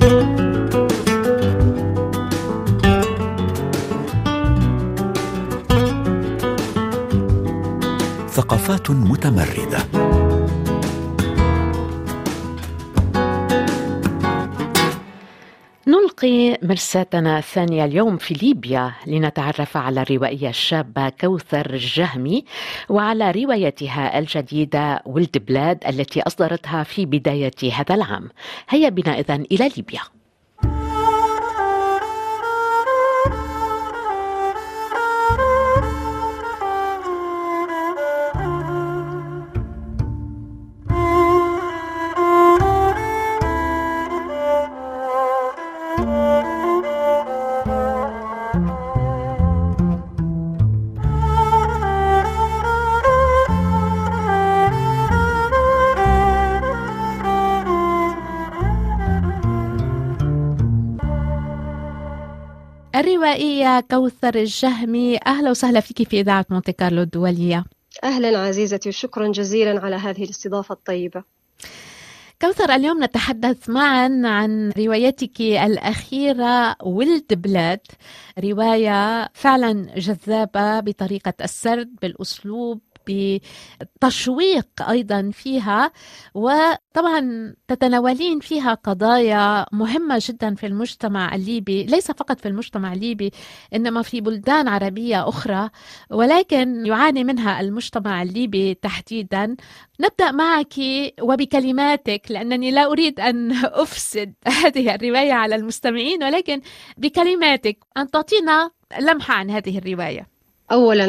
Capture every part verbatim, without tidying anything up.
ثقافات متمردة. نلقي مرساتنا الثانية اليوم في ليبيا لنتعرف على الروائية الشابة كوثر الجهمي وعلى روايتها الجديدة ولد بلاد التي أصدرتها في بداية هذا العام. هيا بنا إذن إلى ليبيا. الروائية كوثر الجهمي، أهلا وسهلا فيك في إذاعة مونتي كارلو الدولية. أهلا عزيزتي وشكرا جزيلا على هذه الاستضافة الطيبة. كوثر، اليوم نتحدث معا عن روايتك الأخيرة ولد بلاد، رواية فعلا جذابة بطريقة السرد، بالأسلوب، بتشويق أيضا فيها، وطبعا تتناولين فيها قضايا مهمة جدا في المجتمع الليبي، ليس فقط في المجتمع الليبي إنما في بلدان عربية أخرى، ولكن يعاني منها المجتمع الليبي تحديدا. نبدأ معك وبكلماتك، لأنني لا أريد أن أفسد هذه الرواية على المستمعين، ولكن بكلماتك أن تعطينا لمحة عن هذه الرواية. أولا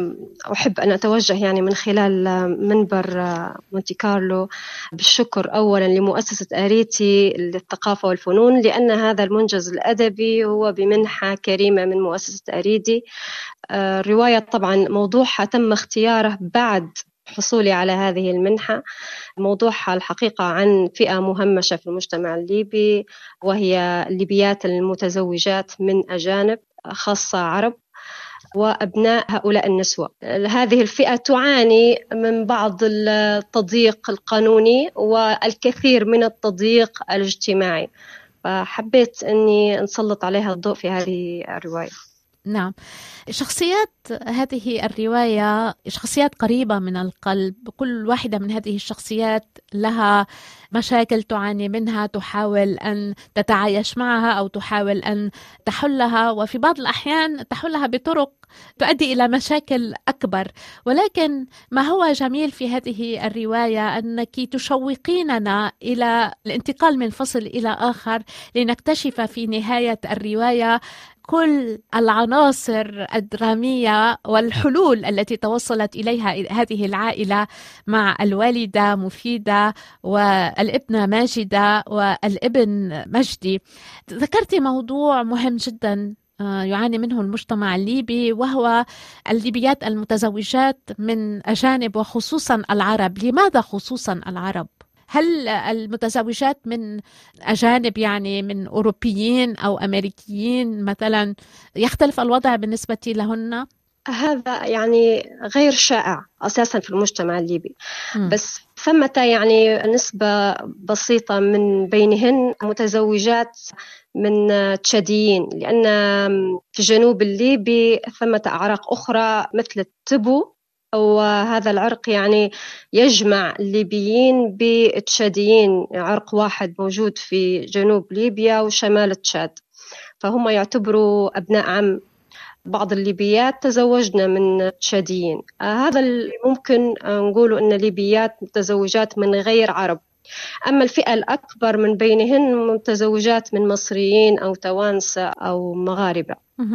أحب أن أتوجه يعني من خلال منبر مونتي كارلو بالشكر أولا لمؤسسة آريتي للثقافة والفنون، لأن هذا المنجز الأدبي هو بمنحة كريمة من مؤسسة آريتي. الرواية طبعا موضوعها تم اختياره بعد حصولي على هذه المنحة. موضوعها الحقيقة عن فئة مهمشة في المجتمع الليبي، وهي الليبيات المتزوجات من أجانب، خاصة عرب وأبناء هؤلاء النسوة. هذه الفئة تعاني من بعض التضييق القانوني والكثير من التضييق الاجتماعي، فحبيت أني نسلط عليها الضوء في هذه الرواية. نعم، شخصيات هذه الرواية شخصيات قريبة من القلب، كل واحدة من هذه الشخصيات لها مشاكل تعاني منها، تحاول أن تتعايش معها أو تحاول أن تحلها، وفي بعض الأحيان تحلها بطرق تؤدي إلى مشاكل أكبر. ولكن ما هو جميل في هذه الرواية أنك تشوقيننا إلى الانتقال من فصل إلى آخر لنكتشف في نهاية الرواية كل العناصر الدرامية والحلول التي توصلت إليها هذه العائلة مع الوالدة مفيدة والابنة ماجدة والابن مجدي. ذكرت موضوع مهم جدا يعاني منه المجتمع الليبي، وهو الليبيات المتزوجات من أجانب وخصوصا العرب. لماذا خصوصا العرب؟ هل المتزوجات من أجانب يعني من أوروبيين أو أمريكيين مثلا يختلف الوضع بالنسبة لهن؟ هذا يعني غير شائع أساسا في المجتمع الليبي، م. بس ثمة يعني نسبة بسيطة من بينهن متزوجات من تشاديين، لأن في الجنوب الليبي ثمة أعراق أخرى مثل التبو، وهذا العرق يعني يجمع الليبيين بالتشاديين، عرق واحد موجود في جنوب ليبيا وشمال تشاد، فهم يعتبروا أبناء عم. بعض الليبيات تزوجنا من تشاديين، هذا ممكن نقول أن ليبيات متزوجات من غير عرب. أما الفئة الأكبر من بينهن متزوجات من مصريين أو توانسة أو مغاربة.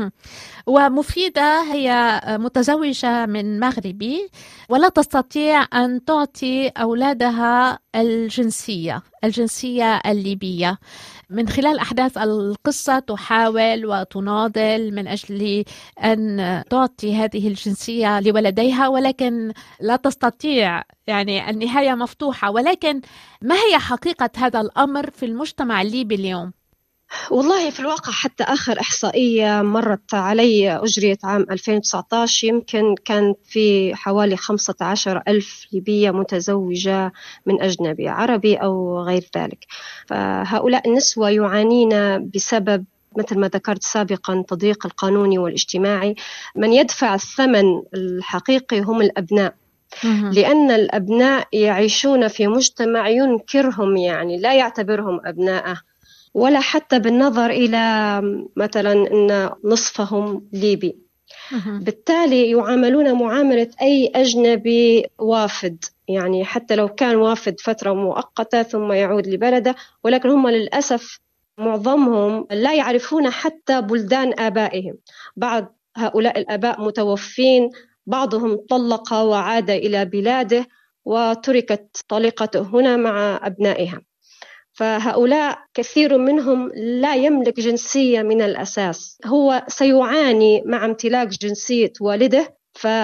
ومفيدة هي متزوجة من مغربي ولا تستطيع أن تعطي أولادها الجنسية الجنسية الليبية. من خلال أحداث القصة تحاول وتناضل من أجل أن تعطي هذه الجنسية لولديها، ولكن لا تستطيع، يعني النهاية مفتوحة. ولكن ما هي حقيقة هذا الأمر في المجتمع الليبي اليوم؟ والله في الواقع حتى آخر إحصائية مرت علي أجريت عام ألفين وتسعة عشر يمكن كان في حوالي خمسة عشر ألف ليبية متزوجة من أجنبي عربي أو غير ذلك. فهؤلاء النسوة يعانين بسبب مثل ما ذكرت سابقا التضييق القانوني والاجتماعي. من يدفع الثمن الحقيقي هم الأبناء، لأن الأبناء يعيشون في مجتمع ينكرهم، يعني لا يعتبرهم أبناءه، ولا حتى بالنظر إلى مثلا أن نصفهم ليبي. بالتالي يعاملون معاملة أي أجنبي وافد، يعني حتى لو كان وافد فترة مؤقتة ثم يعود لبلده، ولكن هم للأسف معظمهم لا يعرفون حتى بلدان آبائهم. بعض هؤلاء الآباء متوفين، بعضهم طلق وعاد إلى بلاده وتركت طليقته هنا مع أبنائها. فهؤلاء كثير منهم لا يملك جنسية من الأساس، هو سيعاني مع امتلاك جنسية والده،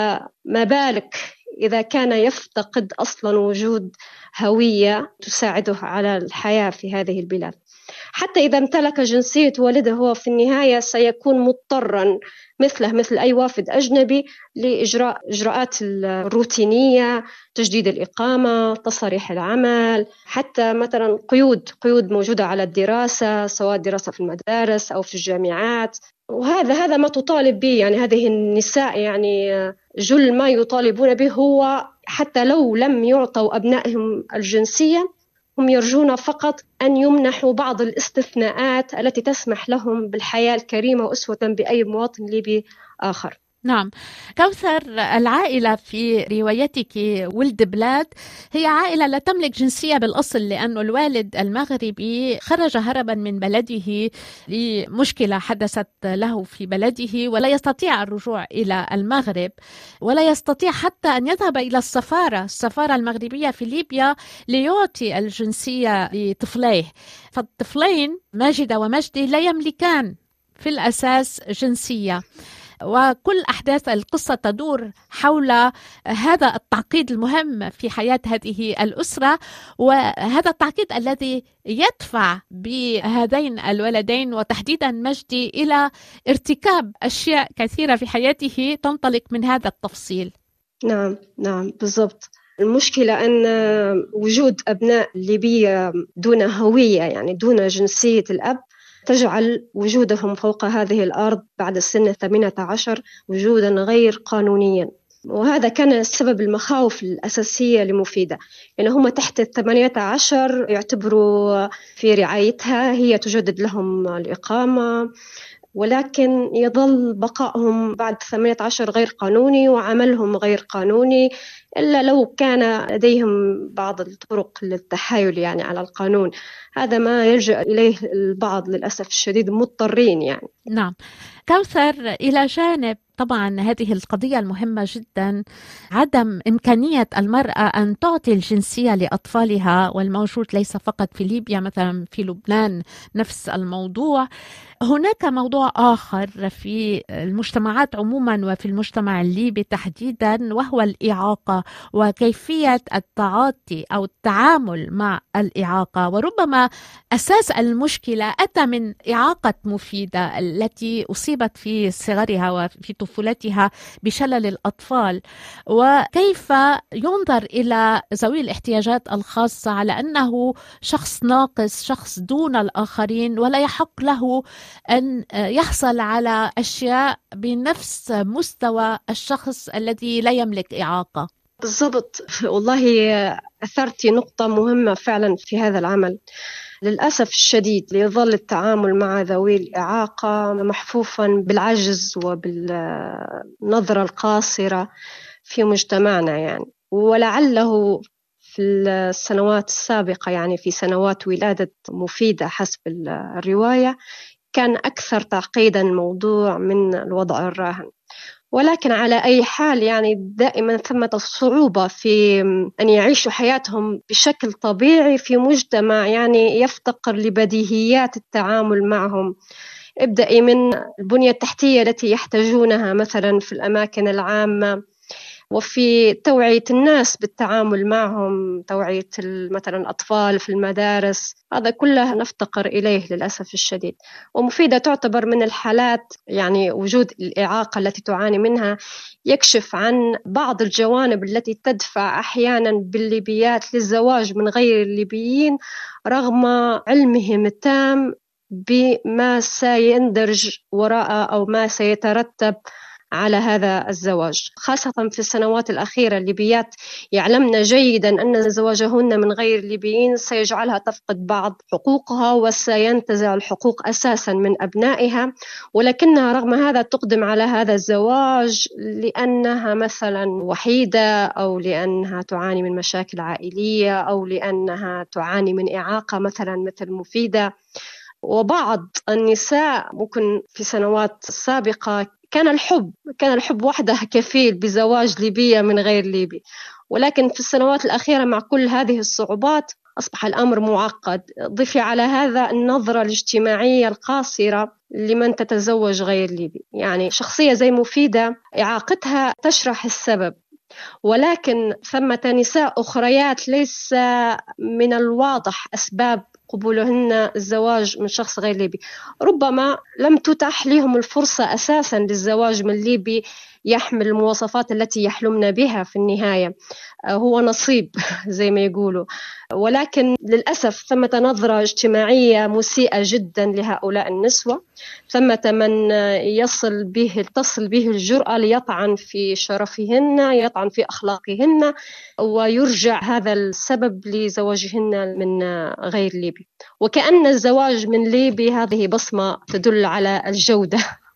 فما بالك إذا كان يفتقد أصلا وجود هوية تساعده على الحياة في هذه البلاد. حتى إذا امتلك جنسية والده هو في النهاية سيكون مضطرا مثله مثل أي وافد أجنبي لإجراء إجراءات الروتينية، تجديد الإقامة، تصاريح العمل، حتى مثلا قيود قيود موجودة على الدراسة، سواء دراسة في المدارس أو في الجامعات. وهذا هذا ما تطالب به يعني هذه النساء، يعني جل ما يطالبون به هو حتى لو لم يعطوا أبنائهم الجنسية هم يرجون فقط أن يمنحوا بعض الاستثناءات التي تسمح لهم بالحياة الكريمة وأسوة بأي مواطن ليبي آخر. نعم كوثر، العائلة في روايتك ولد بلاد هي عائلة لا تملك جنسية بالأصل، لأن الوالد المغربي خرج هربا من بلده لمشكلة حدثت له في بلده، ولا يستطيع الرجوع إلى المغرب، ولا يستطيع حتى أن يذهب إلى السفارة السفارة المغربية في ليبيا ليعطي الجنسية لطفليه. فالطفلين ماجدة ومجدي لا يملكان في الأساس جنسية، وكل أحداث القصة تدور حول هذا التعقيد المهم في حياة هذه الأسرة، وهذا التعقيد الذي يدفع بهذين الولدين وتحديدا مجدي إلى ارتكاب أشياء كثيرة في حياته تنطلق من هذا التفصيل. نعم نعم بالضبط. المشكلة أن وجود أبناء ليبية دون هوية، يعني دون جنسية الأب، تجعل وجودهم فوق هذه الأرض بعد سن الثامنة عشر وجودا غير قانونيا. وهذا كان سبب المخاوف الأساسية لمفيدة، يعني هم تحت الثمانية عشر يعتبروا في رعايتها، هي تجدد لهم الإقامة، ولكن يظل بقائهم بعد ثمانية عشر غير قانوني وعملهم غير قانوني، إلا لو كان لديهم بعض الطرق للتحايل يعني على القانون. هذا ما يلجأ إليه البعض للأسف الشديد مضطرين يعني. نعم كوثر، إلى جانب طبعا هذه القضية المهمة جدا، عدم إمكانية المرأة أن تعطي الجنسية لأطفالها، والموجود ليس فقط في ليبيا، مثلا في لبنان نفس الموضوع. هناك موضوع آخر في المجتمعات عموما وفي المجتمع الليبي تحديدا، وهو الإعاقة وكيفية التعاطي أو التعامل مع الإعاقة. وربما أساس المشكلة أتى من إعاقة مفيدة التي أصيبت في صغرها وفي طفولتها بشلل الأطفال، وكيف ينظر إلى ذوي الاحتياجات الخاصة على أنه شخص ناقص، شخص دون الآخرين، ولا يحق له أن يحصل على أشياء بنفس مستوى الشخص الذي لا يملك إعاقة. بالضبط، والله أثرتي نقطة مهمة فعلا في هذا العمل. للأسف الشديد يظل التعامل مع ذوي الإعاقة محفوفا بالعجز وبالنظرة القاصرة في مجتمعنا يعني. ولعله في السنوات السابقة، يعني في سنوات ولادة مفيدة حسب الرواية، كان أكثر تعقيدا الموضوع من الوضع الراهن. ولكن على أي حال يعني دائما ثمة صعوبة في أن يعيشوا حياتهم بشكل طبيعي في مجتمع يعني يفتقر لبديهيات التعامل معهم. ابدأي من البنية التحتية التي يحتاجونها مثلا في الأماكن العامة، وفي توعية الناس بالتعامل معهم، توعية مثلا الأطفال في المدارس، هذا كله نفتقر إليه للأسف الشديد. ومفيدة تعتبر من الحالات، يعني وجود الإعاقة التي تعاني منها يكشف عن بعض الجوانب التي تدفع أحيانا بالليبيات للزواج من غير الليبيين رغم علمهم التام بما سيندرج وراء أو ما سيترتب على هذا الزواج، خاصة في السنوات الأخيرة. الليبيات يعلمن جيدا أن زواجهن من غير الليبيين سيجعلها تفقد بعض حقوقها وسينتزع الحقوق أساسا من أبنائها، ولكنها رغم هذا تقدم على هذا الزواج لأنها مثلا وحيدة، أو لأنها تعاني من مشاكل عائلية، أو لأنها تعاني من إعاقة مثلا مثل مفيدة. وبعض النساء ممكن في سنوات سابقة كان الحب كان الحب وحده كفيل بزواج ليبية من غير ليبي، ولكن في السنوات الأخيرة مع كل هذه الصعوبات أصبح الأمر معقد. ضفي على هذا النظرة الاجتماعية القاصرة لمن تتزوج غير ليبي. يعني شخصية زي مفيدة إعاقتها تشرح السبب، ولكن ثمة نساء أخريات ليس من الواضح أسباب قبولهن الزواج من شخص غير ليبي، ربما لم تتح لهم الفرصة أساسا للزواج من ليبي يحمل المواصفات التي يحلمن بها في النهاية. هو نصيب زي ما يقولوا. ولكن للأسف ثمة نظرة اجتماعية مسيئة جدا لهؤلاء النسوة، ثمة من يصل به تصل به الجرأة ليطعن في شرفهن، يطعن في أخلاقهن، ويرجع هذا السبب لزواجهن من غير ليبي، وكأن الزواج من ليبي هذه بصمة تدل على الجودة.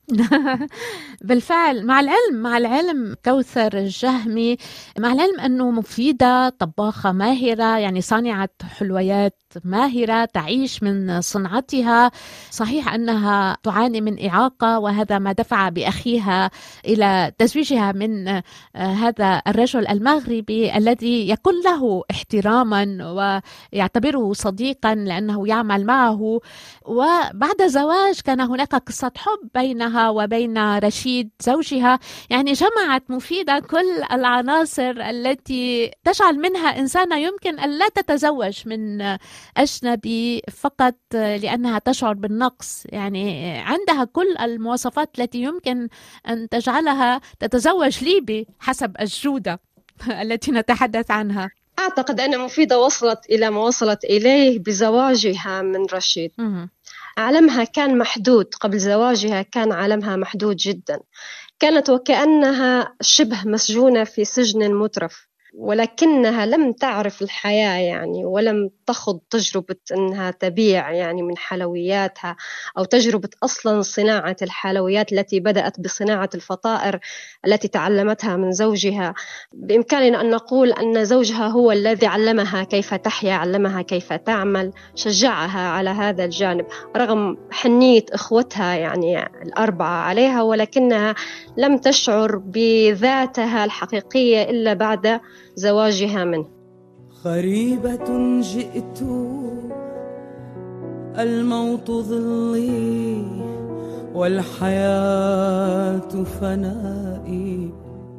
بالفعل، مع العلم مع العلم كوثر الجهمي، مع العلم أنه مفيدة طباخة ماهرة، يعني صانعة حلويات ماهرة تعيش من صنعتها. صحيح أنها تعاني من إعاقة، وهذا ما دفع بأخيها إلى تزويجها من هذا الرجل المغربي الذي يكون له احتراما ويعتبره صديقا لأنه يعمل معه. وبعد زواج كان هناك قصة حب بينها وبين رشيد زوجها، يعني جمعت مفيدة كل العناصر التي تجعل منها إنسانة يمكن أن لا تتزوج من أجنبي فقط لأنها تشعر بالنقص. يعني عندها كل المواصفات التي يمكن أن تجعلها تتزوج ليبي حسب الجودة التي نتحدث عنها. أعتقد أن مفيدة وصلت إلى ما وصلت إليه بزواجها من رشيد. م- عالمها كان محدود قبل زواجها، كان عالمها محدود جدا، كانت وكأنها شبه مسجونة في سجن مترف، ولكنها لم تعرف الحياة يعني، ولم تخض تجربة أنها تبيع يعني من حلوياتها، أو تجربة أصلا صناعة الحلويات التي بدأت بصناعة الفطائر التي تعلمتها من زوجها. بإمكاننا أن نقول أن زوجها هو الذي علمها كيف تحيا، علمها كيف تعمل، شجعها على هذا الجانب رغم حنية إخوتها يعني الأربعة عليها، ولكنها لم تشعر بذاتها الحقيقية إلا بعد زواجها منه. غريبة جئت الموت ظلي والحياة فنائي،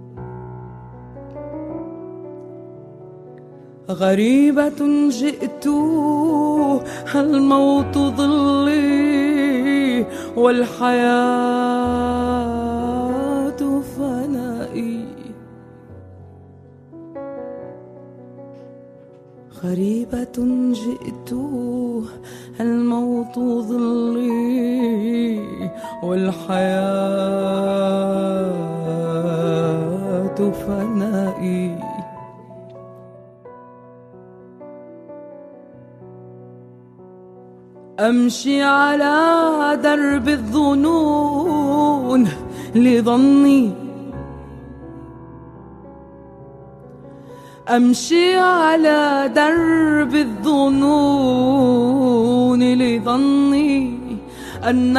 غريبة جئت الموت ظلي والحياة فنائي، غريبة جئت الموت ظلي والحياة فنائي، أمشي على درب الظنون لظني، أمشي على درب الظنون لظني أن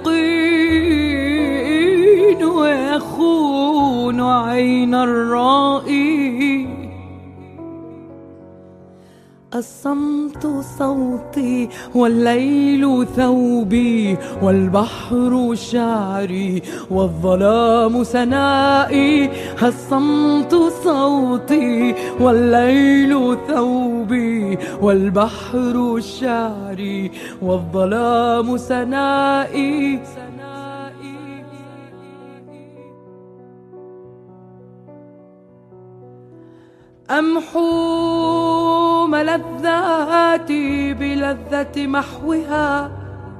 اليقين يخون عين الرائي، الصمت صوتي والليل ثوبي والبحر شعري والظلام سنائي. الصمت صوتي والليل ثوبي والبحر شعري والظلام سنائي. أمحو ملذاتي بلذة محوها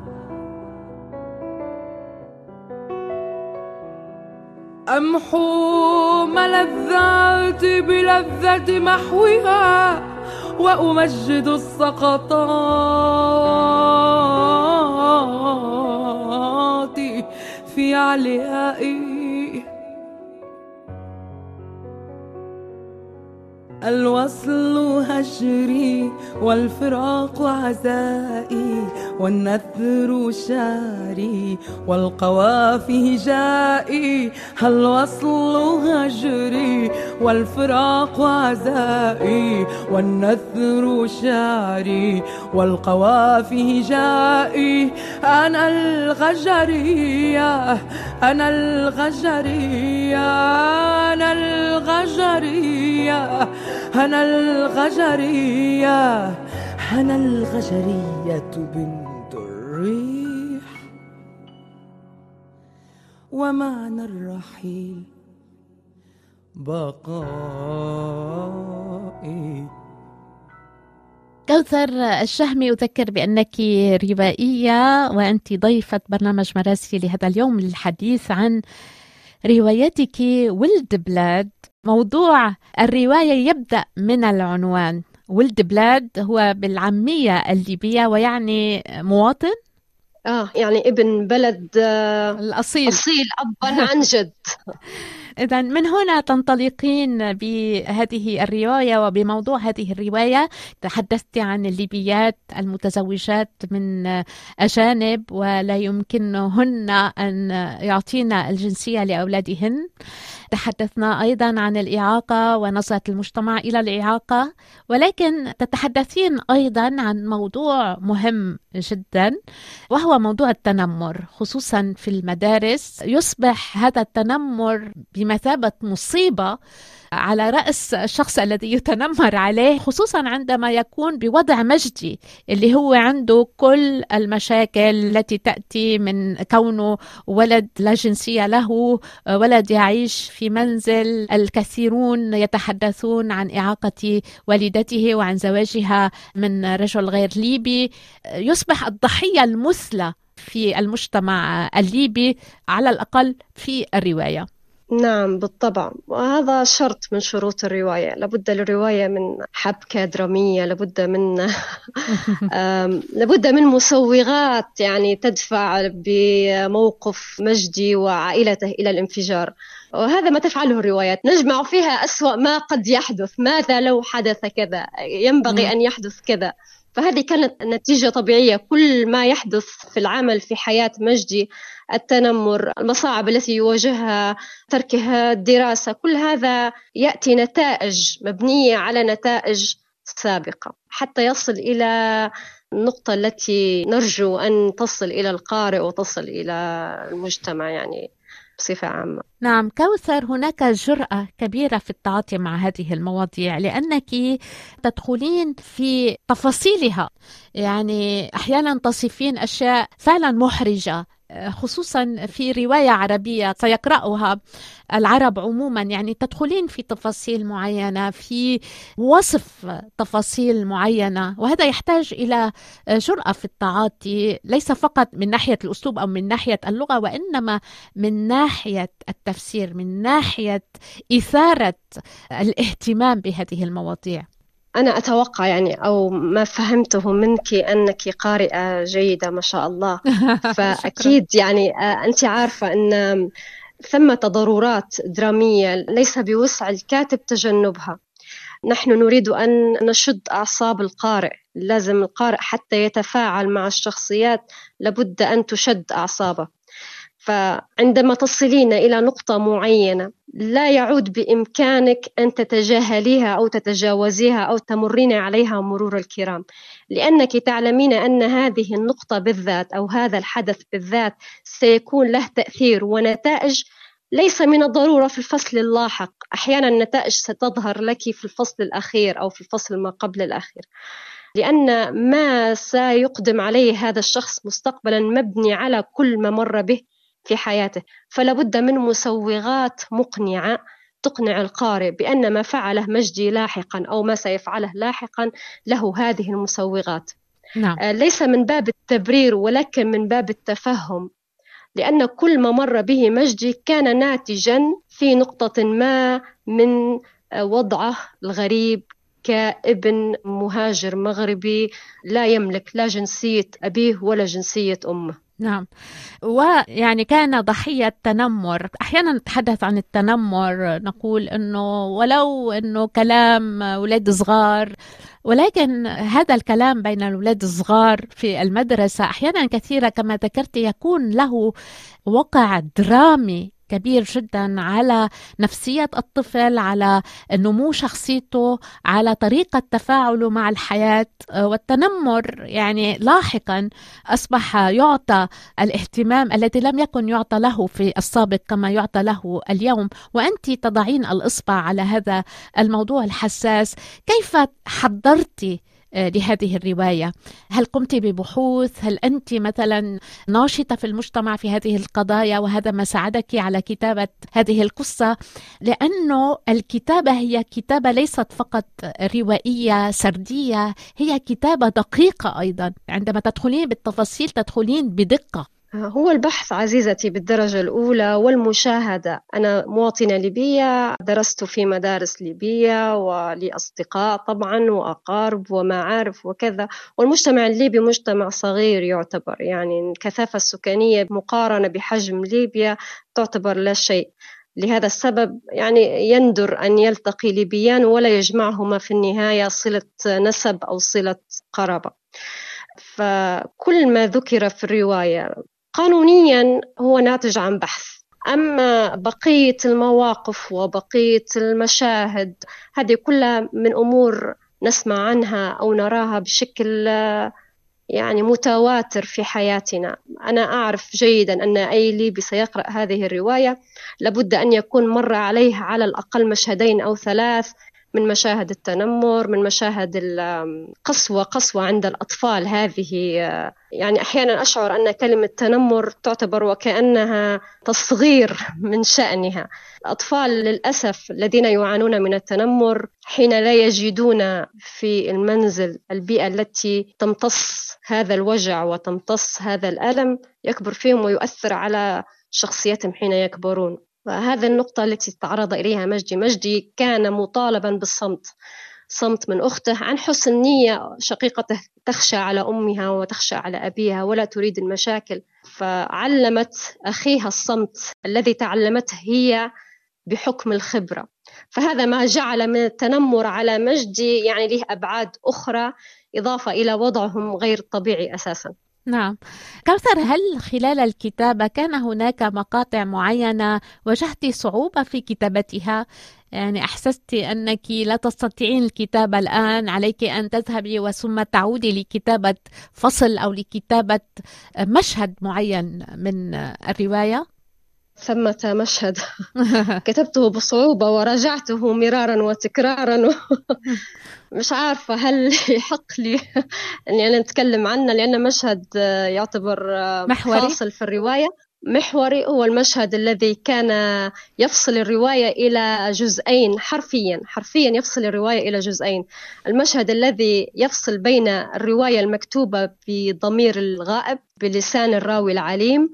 أمحو ملذاتي بلذة محوها وأمجد السقطات في عليائي. الوصل هجري والفراق عزائي والنثر شاري والقوافي هجائي. الوصل هجري والفراق عزائي والنثر شاري والقوافي هجائي. أنا الغجرية أنا الغجرية أنا الغجرية أنا الغجرية أنا الغجرية بنت الريح. ومعنى الرحيل بقائي. كوثر الشهمي، أذكر بأنك روائية وأنت ضيفة برنامج مراسي لهذا اليوم للحديث عن روايتك ولد بلاد. موضوع الرواية يبدأ من العنوان. ولد بلاد هو بالعامية الليبية ويعني مواطن، آه يعني ابن بلد آه الأصيل أصيل أبا عن جد. إذن من هنا تنطلقين بهذه الرواية وبموضوع هذه الرواية. تحدثت عن الليبيات المتزوجات من أجانب ولا يمكنهن أن يعطينا الجنسية لأولادهن. تحدثنا أيضا عن الإعاقة ونظرة المجتمع إلى الإعاقة، ولكن تتحدثين أيضا عن موضوع مهم جدا وهو موضوع التنمر، خصوصا في المدارس. يصبح هذا التنمر بمثابة مصيبة على رأس الشخص الذي يتنمر عليه، خصوصا عندما يكون بوضع مجدي اللي هو عنده كل المشاكل التي تأتي من كونه ولد لا جنسية له، ولد يعيش في منزل. الكثيرون يتحدثون عن إعاقة والدته وعن زواجها من رجل غير ليبي. يصبح الضحية المثلى في المجتمع الليبي، على الأقل في الرواية. نعم بالطبع، وهذا شرط من شروط الرواية. لابد للرواية من حبكة درامية، لابد من لابد من مسوغات يعني تدفع بموقف مجدي وعائلته إلى الانفجار، وهذا ما تفعله الروايات. نجمع فيها أسوأ ما قد يحدث. ماذا لو حدث كذا؟ ينبغي أن يحدث كذا. فهذه كانت نتيجة طبيعية. كل ما يحدث في العمل في حياة مجدي، التنمر، المصاعب التي يواجهها، تركها الدراسة، كل هذا يأتي نتائج مبنية على نتائج سابقة حتى يصل إلى النقطة التي نرجو أن تصل إلى القارئ وتصل إلى المجتمع يعني بصفة عامة. نعم كوثر، هناك جرأة كبيرة في التعاطي مع هذه المواضيع لأنك تدخلين في تفاصيلها. يعني أحيانا تصفين أشياء فعلا محرجة، خصوصا في رواية عربية سيقرأها العرب عموما. يعني تدخلين في تفاصيل معينة، في وصف تفاصيل معينة، وهذا يحتاج إلى جرأة في التعاطي، ليس فقط من ناحية الأسلوب أو من ناحية اللغة، وإنما من ناحية التفسير، من ناحية إثارة الاهتمام بهذه المواضيع. أنا أتوقع يعني أو ما فهمته منك أنك قارئة جيدة ما شاء الله. فأكيد يعني أنت عارفة أن ثمة ضرورات درامية ليس بوسع الكاتب تجنبها. نحن نريد أن نشد أعصاب القارئ. لازم القارئ حتى يتفاعل مع الشخصيات لابد أن تشد أعصابه. فعندما تصلين إلى نقطة معينة لا يعود بإمكانك أن تتجاهليها أو تتجاوزيها أو تمرين عليها مرور الكرام، لأنك تعلمين أن هذه النقطة بالذات أو هذا الحدث بالذات سيكون له تأثير ونتائج ليس من الضرورة في الفصل اللاحق. أحيانا النتائج ستظهر لك في الفصل الأخير أو في الفصل ما قبل الأخير، لأن ما سيقدم عليه هذا الشخص مستقبلا مبني على كل ما مر به في حياته، فلا بد من مسوغات مقنعة تقنع القارئ بأن ما فعله مجدي لاحقا أو ما سيفعله لاحقا له هذه المسوغات. نعم. ليس من باب التبرير ولكن من باب التفهم، لأن كل ما مر به مجدي كان ناتجا في نقطة ما من وضعه الغريب كابن مهاجر مغربي لا يملك لا جنسية أبيه ولا جنسية أمه. نعم، ويعني كان ضحية تنمر. أحيانا نتحدث عن التنمر نقول أنه ولو أنه كلام أولاد صغار، ولكن هذا الكلام بين الأولاد الصغار في المدرسة أحيانا كثيرة كما ذكرت يكون له وقع درامي كبير جدا على نفسية الطفل، على نمو شخصيته، على طريقة تفاعله مع الحياة. والتنمر يعني لاحقا أصبح يعطى الاهتمام الذي لم يكن يعطى له في السابق كما يعطى له اليوم، وأنت تضعين الإصبع على هذا الموضوع الحساس. كيف حضرتي لهذه الرواية؟ هل قمت ببحوث؟ هل أنت مثلا ناشطة في المجتمع في هذه القضايا وهذا ما ساعدك على كتابة هذه القصة؟ لأنه الكتابة هي كتابة ليست فقط روائية سردية، هي كتابة دقيقة أيضا. عندما تدخلين بالتفاصيل تدخلين بدقة. هو البحث عزيزتي بالدرجة الأولى والمشاهدة. أنا مواطنة ليبية، درست في مدارس ليبية ولي أصدقاء طبعا وأقارب ومعارف وكذا، والمجتمع الليبي مجتمع صغير يعتبر، يعني الكثافة السكانية مقارنة بحجم ليبيا تعتبر لا شيء. لهذا السبب يعني يندر أن يلتقي ليبيان ولا يجمعهما في النهاية صلة نسب أو صلة قرابة. فكل ما ذكر في الرواية قانونيا هو ناتج عن بحث، أما بقية المواقف وبقية المشاهد هذه كلها من أمور نسمع عنها أو نراها بشكل يعني متواتر في حياتنا. أنا أعرف جيدا أن أي ليبي سيقرأ هذه الرواية لابد أن يكون مر عليه على الأقل مشهدين أو ثلاث من مشاهد التنمر، من مشاهد القسوة قسوة عند الأطفال. هذه يعني أحيانا أشعر أن كلمة تنمر تعتبر وكأنها تصغير من شأنها. الأطفال للأسف الذين يعانون من التنمر حين لا يجدون في المنزل البيئة التي تمتص هذا الوجع وتمتص هذا الألم يكبر فيهم ويؤثر على شخصيتهم حين يكبرون. وهذا النقطة التي تعرض إليها مجدي. مجدي كان مطالبا بالصمت، صمت من أخته عن حسن نية. شقيقته تخشى على أمها وتخشى على أبيها ولا تريد المشاكل، فعلمت أخيها الصمت الذي تعلمته هي بحكم الخبرة. فهذا ما جعل من التنمر على مجدي يعني له أبعاد أخرى إضافة إلى وضعهم غير طبيعي أساساً. نعم. كوثر، هل خلال الكتابة كان هناك مقاطع معينة واجهت صعوبة في كتابتها؟ يعني أحسست أنك لا تستطيعين الكتابة الآن، عليك أن تذهبي وثم تعودي لكتابة فصل أو لكتابة مشهد معين من الرواية؟ ثمة مشهد كتبته بصعوبة وراجعته مرارا وتكرارا مش عارفة هل يحق لي أني أنا نتكلم عنه، لأن مشهد يعتبر محوري فاصل في الرواية. محوري هو المشهد الذي كان يفصل الرواية إلى جزئين، حرفيا حرفيا يفصل الرواية إلى جزئين. المشهد الذي يفصل بين الرواية المكتوبة بضمير الغائب بلسان الراوي العليم،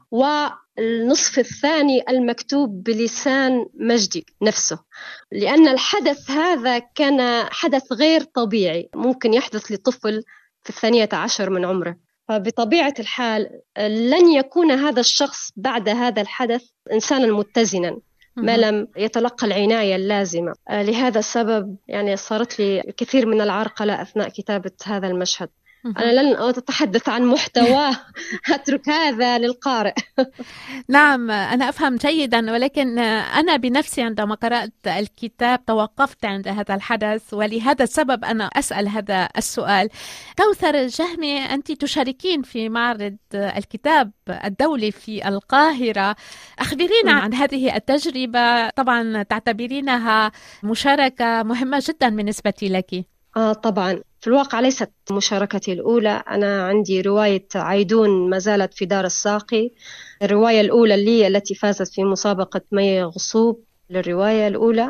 والنصف الثاني المكتوب بلسان مجدي نفسه، لأن الحدث هذا كان حدث غير طبيعي ممكن يحدث لطفل في الثانية عشر من عمره. فبطبيعة الحال لن يكون هذا الشخص بعد هذا الحدث إنسانا متزنا ما لم يتلقى العناية اللازمة. لهذا السبب يعني صارت لي كثير من العرقلة أثناء كتابة هذا المشهد. أنا لن أتحدث عن محتواه، أترك هذا للقارئ. نعم أنا أفهم جيدا، ولكن أنا بنفسي عندما قرأت الكتاب توقفت عند هذا الحدث، ولهذا السبب أنا أسأل هذا السؤال. كوثر الجهمي، أنت تشاركين في معرض الكتاب الدولي في القاهرة، أخبرينا عن هذه التجربة، طبعا تعتبرينها مشاركة مهمة جدا بالنسبة لك. آه طبعا، في الواقع ليست مشاركتي الأولى. أنا عندي رواية عيدون ما زالت في دار الساقي، الرواية الأولى لي التي فازت في مسابقة مي غصوب للرواية الأولى،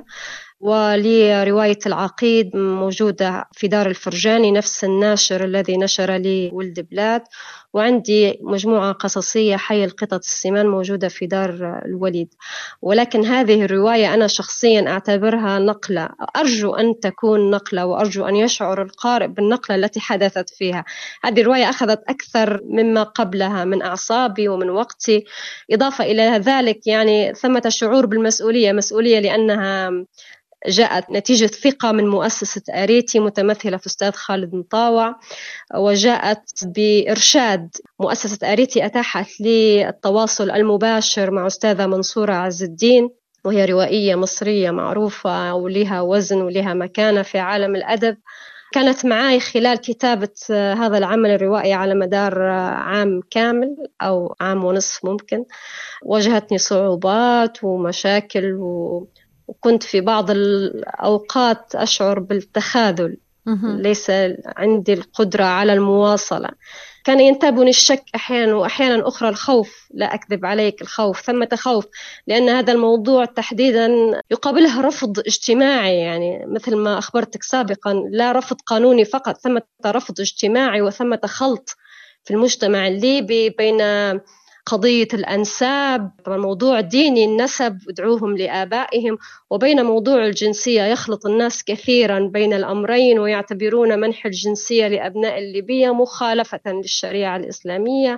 ولي رواية العقيد موجودة في دار الفرجاني نفس الناشر الذي نشر لي ولد بلاد، وعندي مجموعة قصصية حي القطط السمان موجودة في دار الوليد. ولكن هذه الرواية أنا شخصيا أعتبرها نقلة، أرجو أن تكون نقلة، وأرجو أن يشعر القارئ بالنقلة التي حدثت فيها. هذه الرواية أخذت أكثر مما قبلها من أعصابي ومن وقتي، إضافة إلى ذلك يعني ثمة شعور بالمسؤولية، مسؤولية لأنها جاءت نتيجة ثقة من مؤسسة آريتي متمثلة في أستاذ خالد مطاوع، وجاءت بإرشاد مؤسسة آريتي أتاحت لي التواصل المباشر مع أستاذة منصورة عز الدين، وهي روائية مصرية معروفة ولها وزن ولها مكانة في عالم الأدب. كانت معي خلال كتابة هذا العمل الروائي على مدار عام كامل أو عام ونصف ممكن. واجهتني صعوبات ومشاكل و وكنت في بعض الأوقات أشعر بالتخاذل، ليس عندي القدرة على المواصلة. كان ينتابني الشك أحيانا، وأحيانا أخرى الخوف، لا أكذب عليك، الخوف، ثمة خوف، لأن هذا الموضوع تحديدا يقابله رفض اجتماعي، يعني مثل ما أخبرتك سابقا، لا رفض قانوني فقط، ثمة رفض اجتماعي وثمة خلط في المجتمع الليبي بين قضية الأنساب، موضوع ديني النسب ادعوهم لآبائهم، وبين موضوع الجنسية. يخلط الناس كثيرا بين الأمرين، ويعتبرون منح الجنسية لأبناء الليبية مخالفة للشريعة الإسلامية.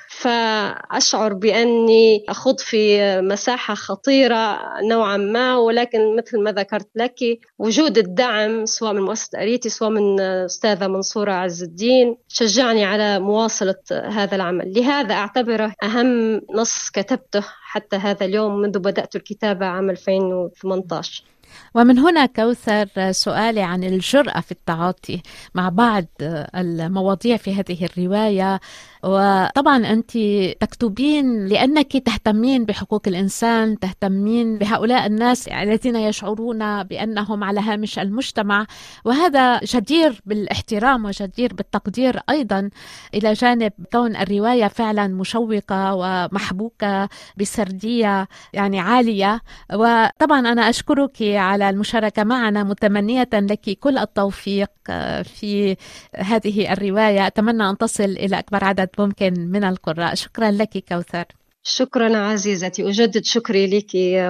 فأشعر بأني أخوض في مساحة خطيرة نوعا ما، ولكن مثل ما ذكرت لك وجود الدعم سواء من مؤسسة آريتي سواء من أستاذة منصورة عز الدين شجعني على مواصلة هذا العمل. لهذا أعتبره أهم نص كتبته حتى هذا اليوم منذ بدأت الكتابة عام ألفين وثمانية عشر. ومن هنا كوثر سؤالي عن الجرأة في التعاطي مع بعض المواضيع في هذه الرواية. وطبعا أنت تكتبين لأنك تهتمين بحقوق الإنسان، تهتمين بهؤلاء الناس الذين يشعرون بأنهم على هامش المجتمع، وهذا جدير بالاحترام وجدير بالتقدير أيضا، إلى جانب كون الرواية فعلا مشوقة ومحبوكة بسردية يعني عالية. وطبعا أنا أشكرك على المشاركة معنا، متمنية لك كل التوفيق في هذه الرواية. أتمنى أن تصل إلى أكبر عدد ممكن من القراء. شكرا لك كوثر. شكرا عزيزتي، أجدد شكري لك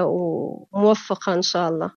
وموفقة إن شاء الله.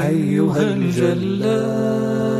أيها الجلاد.